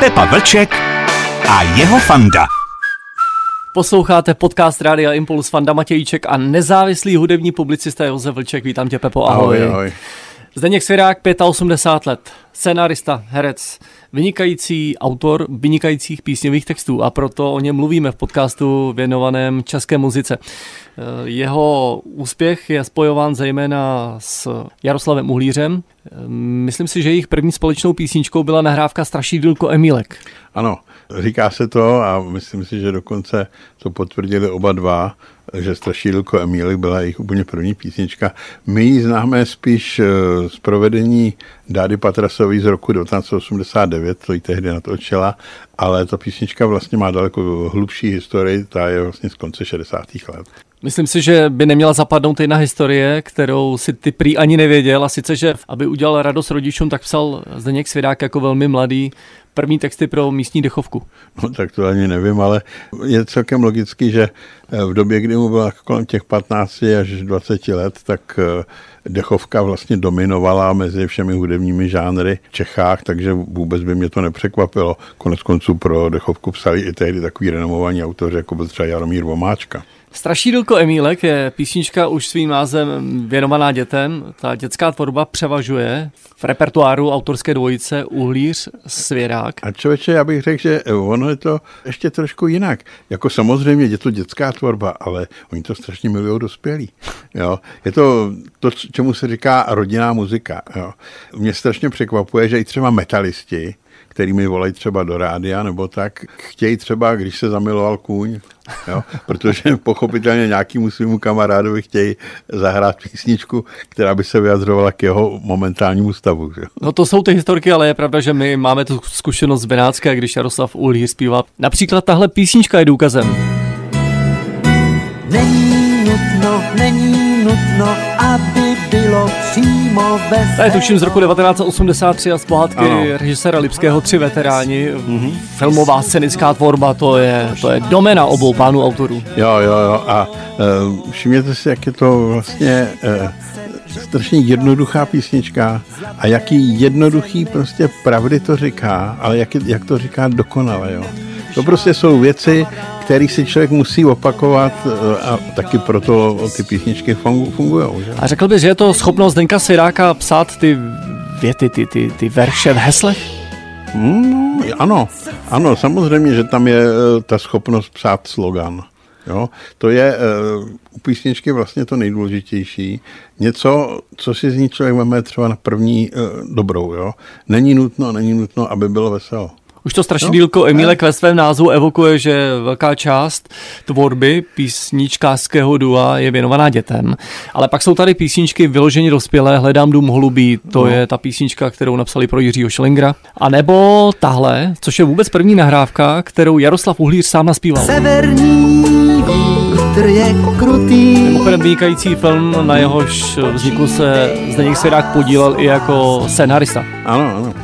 Pepa Vlček a jeho fanda. Posloucháte podcast Rádia Impuls, Fanda Matějíček a nezávislý hudební publicista Josef Vlček. Vítám tě, Pepo, ahoj. Ahoj. Zdeněk Svěrák, 85 let, scenárista, herec, vynikající autor vynikajících písňových textů a proto o něm mluvíme v podcastu věnovaném české muzice. Jeho úspěch je spojován zejména s Jaroslavem Uhlířem. Myslím si, že jejich první společnou písničkou byla nahrávka Strašidýlko Emílek. Ano, říká se to a myslím si, že dokonce to potvrdili oba dva, že Strašidýlko Emílek byla jejich úplně první písnička. My ji známe spíš z provedení Dády Patrasové z roku 1989, to ji tehdy natočila, ale ta písnička vlastně má daleko hlubší historii, ta je vlastně z konce 60. let. Myslím si, že by neměla zapadnout jedna historie, kterou si ty prý ani nevěděl, a sice, že aby udělal radost rodičům, tak psal Zdeněk Svěrák jako velmi mladý první texty pro místní dechovku. No tak to ani nevím, ale je celkem logický, že v době, kdy mu bylo kolem těch 15 až 20 let, tak dechovka vlastně dominovala mezi všemi hudebními žánry v Čechách, takže vůbec by mě to nepřekvapilo. Konec konců pro dechovku psali i tehdy takový renomovaní autoři, jako byl třeba Jaromír Vomáčka. Strašidýlko Emílek je písnička už svým názvem věnovaná dětem. Ta dětská tvorba převažuje v repertoáru autorské dvojice Uhlíř Svěrák. A člověče, já bych řekl, že ono je to ještě trošku jinak. Jako samozřejmě je to dětská tvorba, ale oni to strašně milují dospělí. Jo? Je to, čemu se říká rodinná muzika. Jo? Mě strašně překvapuje, že i třeba metalisti, který mi volají třeba do rádia, nebo tak, chtějí třeba, když se zamiloval kůň, jo? Protože pochopitelně nějakému svému kamarádovi chtějí zahrát písničku, která by se vyjadřovala k jeho momentálnímu stavu. Že? No to jsou ty historky, ale je pravda, že my máme tu zkušenost z Benátské, když Jaroslav Uhlíř zpívá. Například tahle písnička je důkazem. Není nutno, aby bylo přímo veselé. To je tuším z roku 1983 a z pohádky režiséra Lipského 3 veteráni. Filmová scenická tvorba, to je domena obou pánů autorů. Jo. A všimněte si, jak je to vlastně strašně jednoduchá písnička a jaký jednoduchý prostě pravdy to říká, ale jak to říká dokonale, jo. To prostě jsou věci, které si člověk musí opakovat a taky proto ty písničky fungujou. Že? A řekl bys, že je to schopnost Zdeňka Svěráka psát ty věty, ty verše v heslech? Ano, samozřejmě, že tam je ta schopnost psát slogan. Jo? To je u písničky vlastně to nejdůležitější. Něco, co si z ní člověk veme třeba na první dobrou. Jo? Není nutno, aby bylo veselo. Už to Strašidýlko Emílek ve svém názvu evokuje, že velká část tvorby písničkářského dua je věnovaná dětem. Ale pak jsou tady písničky vyloženě dospělé, Hledám dům holubí, to je ta písnička, kterou napsali pro Jiřího Schlingera. A nebo tahle, což je vůbec první nahrávka, kterou Jaroslav Uhlíř sám naspíval. Severní vítr je krutý. Mimochodem vynikající film, na jehož vzniku se Zdeněk Svěrák podílel i jako scenárista. Ano.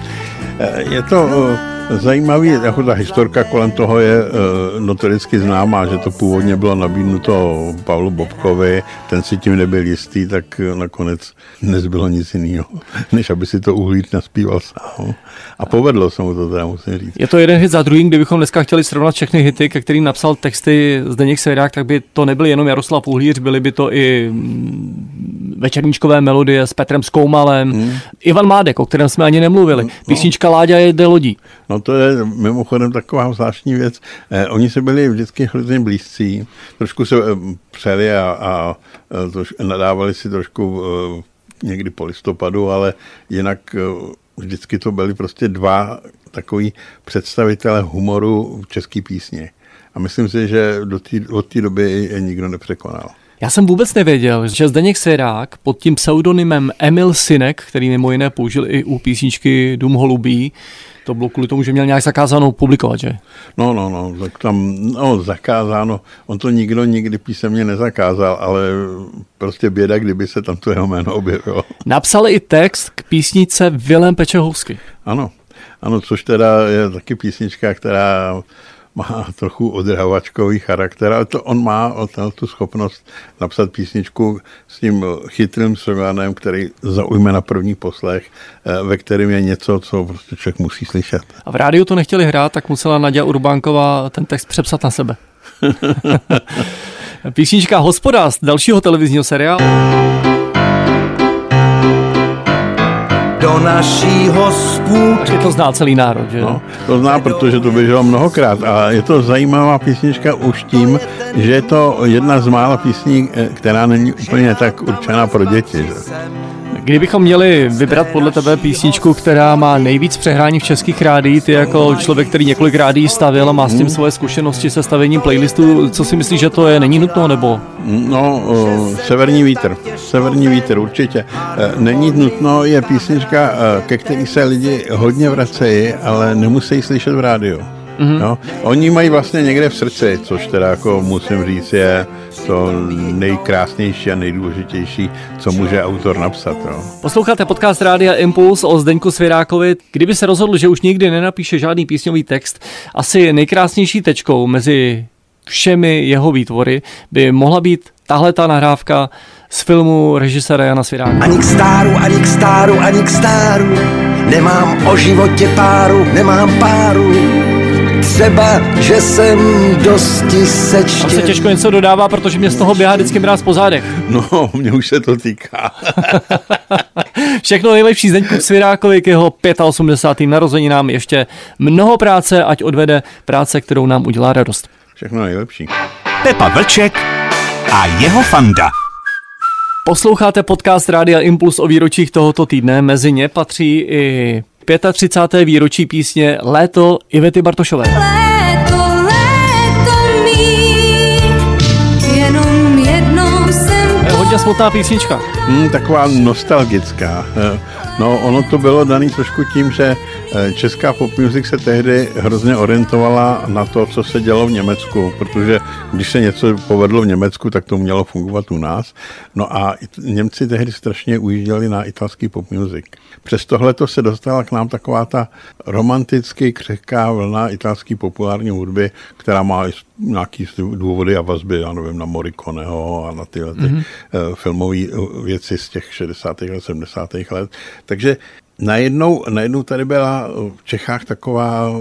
Je to zajímavý, jako ta historka kolem toho je notoricky známá, že to původně bylo nabídnuto Pavlu Bobkovi, ten si tím nebyl jistý, tak nakonec nezbylo nic jiného, než aby si to Uhlíř naspíval sám. A povedlo se mu to teda, musím říct. Je to jeden hit za druhým, kdybychom dneska chtěli srovnat všechny hity, ke kterým napsal texty Zdeněk Svěrák, tak by to nebyl jenom Jaroslav Uhlíř, byly by to i večerníčkové melodie s Petrem Skoumalem, Ivan Mádek, o kterém jsme ani nemluvili, písnička Láďa jede lodí. No to je mimochodem taková zvláštní věc. Oni se byli vždycky hrozně blízcí, trošku se přeli a nadávali si trošku někdy po listopadu, ale jinak vždycky to byli prostě dva takový představitelé humoru v české písni. A myslím si, že od té doby je nikdo nepřekonal. Já jsem vůbec nevěděl, že Zdeněk Svěrák pod tím pseudonymem Emil Synek, který mimo jiné použil i u písničky Dům holubí, to bylo kvůli tomu, že měl nějak zakázáno publikovat, že? No, tak tam, zakázáno, on to nikdo nikdy písemně nezakázal, ale prostě běda, kdyby se tam to jeho jméno objevilo. Napsal i text k písnice Vilém Pečehousky. Ano, což teda je taky písnička, která má trochu odrhavačkový charakter, ale to on má tu schopnost napsat písničku s tím chytrým sloganem, který zaujme na první poslech, ve kterém je něco, co prostě člověk musí slyšet. A v rádiu to nechtěli hrát, tak musela Naďa Urbánková ten text přepsat na sebe. Písnička Hospoda z dalšího televizního seriálu. Do naší hospůdky. To zná celý národ, že? No, to zná, protože to běželo mnohokrát a je to zajímavá písnička už tím, že je to jedna z mála písní, která není úplně tak určená pro děti. Že? Kdybychom měli vybrat podle tebe písničku, která má nejvíc přehrání v českých rádiích, ty jako člověk, který několik rádií stavěl a má s tím svoje zkušenosti se stavěním playlistu, co si myslíš, že to je? Není nutno, nebo? No, Severní vítr. Severní vítr, určitě. Není nutno, je písnička, ke který se lidi hodně vracejí, ale nemusí slyšet v rádiu. No, oni mají vlastně někde v srdci, což teda jako musím říct je to nejkrásnější a nejdůležitější, co může autor napsat. No. Posloucháte podcast Rádia Impuls o Zdeňku Svěrákovi. Kdyby se rozhodl, že už nikdy nenapíše žádný písňový text, asi nejkrásnější tečkou mezi všemi jeho výtvory by mohla být tahle ta nahrávka z filmu režiséra Jana Svěráka. Ani k stáru, ani k stáru, ani k stáru, nemám o životě páru, nemám páru. Třeba, že jsem dosti sečtěn. Tam se těžko něco dodává, protože mě z toho běhá vždycky mráz po zádech. No, mě už se to týká. Všechno nejlepší Zdeňku Svěrákovi k jeho 85. narozeninám. Ještě mnoho práce, ať odvede práce, kterou nám udělá radost. Všechno nejlepší. Pepa Vlček a jeho fanda. Posloucháte podcast Rádia Impuls o výročích tohoto týdne. Mezi ně patří i 35. výročí písně Léto Ivety Bartošové. Léto mý, jenom jednou jsem Je hodně smutná písnička. Taková nostalgická. No, ono to bylo daný trošku tím, že česká pop music se tehdy hrozně orientovala na to, co se dělo v Německu, protože když se něco povedlo v Německu, tak to mělo fungovat u nás. No a Němci tehdy strašně ujížděli na italský pop music. Přes tohleto se dostala k nám taková ta romanticky křehká vlna italské populární hudby, která má nějaký důvody a vazby, já nevím, na Morriconeho a na tyhle filmové věci z těch 60. a 70. let. Takže najednou tady byla v Čechách taková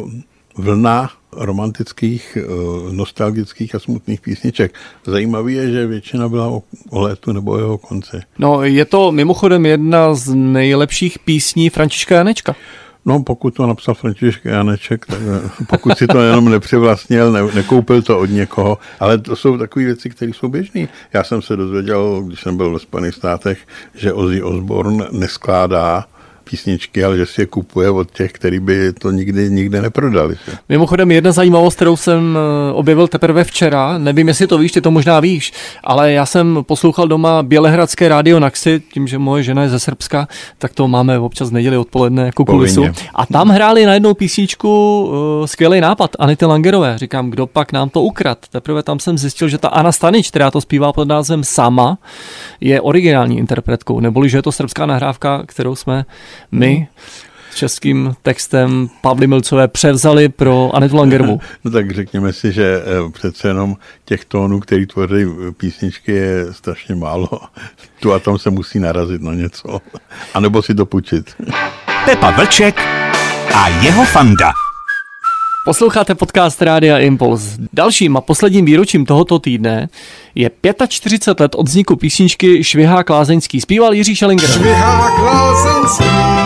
vlna romantických, nostalgických a smutných písniček. Zajímavé je, že většina byla o létu nebo jeho konci. No, je to mimochodem jedna z nejlepších písní Františka Janečka. No, pokud to napsal František Janeček, tak pokud si to jenom nepřivlastnil, nekoupil to od někoho, ale to jsou takové věci, které jsou běžné. Já jsem se dozvěděl, když jsem byl ve Spojených státech, že Ozzy Osbourne neskládá písničky, ale že si je kupuje od těch, který by to nikdy neprodali. Mimochodem jedna zajímavost, kterou jsem objevil teprve včera, nevím, jestli to víš, ty to možná víš, ale já jsem poslouchal doma Bělehradské rádio Naxi, tím, že moje žena je ze Srbska, tak to máme občas v neděli odpoledne jako kulisu. A tam hráli na jednou písničku skvělý nápad Anity Langerové. Říkám, kdo pak nám to ukrad. Teprve tam jsem zjistil, že ta Anna Stanič, která to zpívá pod názvem Sama, je originální interpretkou, neboli že je to srbská nahrávka, kterou jsme my s českým textem Pavly Milcové převzali pro Anitu Langerovou. No tak řekněme si, že přece jenom těch tónů, který tvoří písničky, je strašně málo. Tu a tam se musí narazit na něco. A nebo si to půjčit. Pepa Vlček a jeho fanda. Posloucháte podcast Rádia Impuls. Dalším a posledním výročím tohoto týdne je 45 let od vzniku písničky Švihák lázeňský. Zpíval Jiří Šelinger. Švihák lázeňský.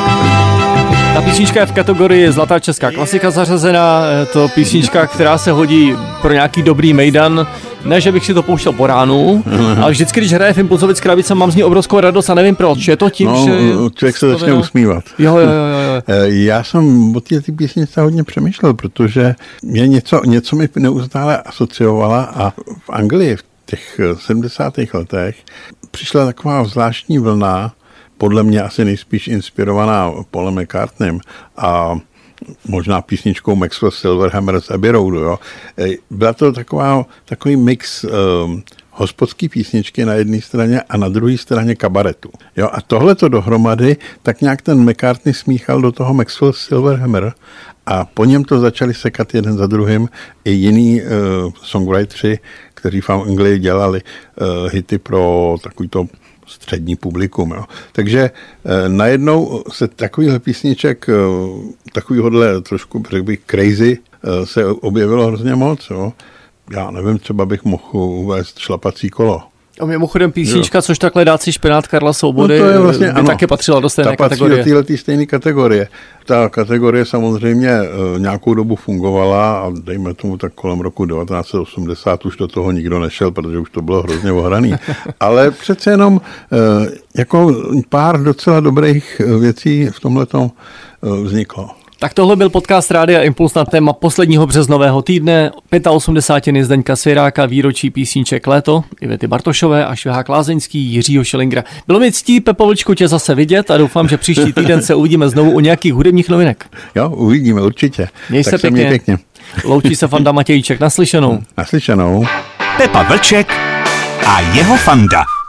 Ta písnička je v kategorii Zlatá česká klasika zařazená. Je to písnička, která se hodí pro nějaký dobrý mejdan. Ne, že bych si to pouštěl po ránu, ale vždycky, když hraje v Impulzovic krabice, mám z ní obrovskou radost a nevím proč. Je to tím, že... Člověk se začne usmívat. Jo. Já jsem o té písničce hodně přemýšlel, protože mě něco mi neustále asociovala a v Anglii v těch 70. letech přišla taková zvláštní vlna, podle mě asi nejspíš inspirovaná Paulem McCartneym a možná písničkou Maxwell Silverhammer z Abbey Roadu. Jo. Byla to takový mix hospodský písničky na jedné straně a na druhé straně kabaretu. Jo, a tohleto dohromady, tak nějak ten McCartney smíchal do toho Maxwell Silverhammer a po něm to začali sekat jeden za druhým i jiný songwriteri, kteří v Anglii dělali hity pro takovýto střední publikum. Jo. Takže najednou se takovýhle písniček, takovýhodle trošku, řekl bych, crazy, se objevilo hrozně moc. Jo. Já nevím, třeba bych mohl uvést Šlapací kolo. A mimochodem písnička, což takhle dáci špenát Karla Svobody, no to je vlastně, by taky patřila do stejné kategorie. Patří do této stejné kategorie. Ta kategorie samozřejmě nějakou dobu fungovala a dejme tomu tak kolem roku 1980 už do toho nikdo nešel, protože už to bylo hrozně ohraný. Ale přece jenom jako pár docela dobrých věcí v tomhletom vzniklo. Tak tohle byl podcast Rádia Impuls na téma posledního březnového týdne, 85. Zdeňka Svěráka, výročí písniček Léto, Ivety Bartošové a Švihák Lázeňský, Jiřího Schillingera. Bylo mi ctí, Pepo Vlčku, tě zase vidět a doufám, že příští týden se uvidíme znovu u nějakých hudebních novinek. Jo, uvidíme určitě. Měj se pěkně. Loučí se Fanda Matějček. Naslyšenou. Naslyšenou. Pepa Vlček a jeho fanda.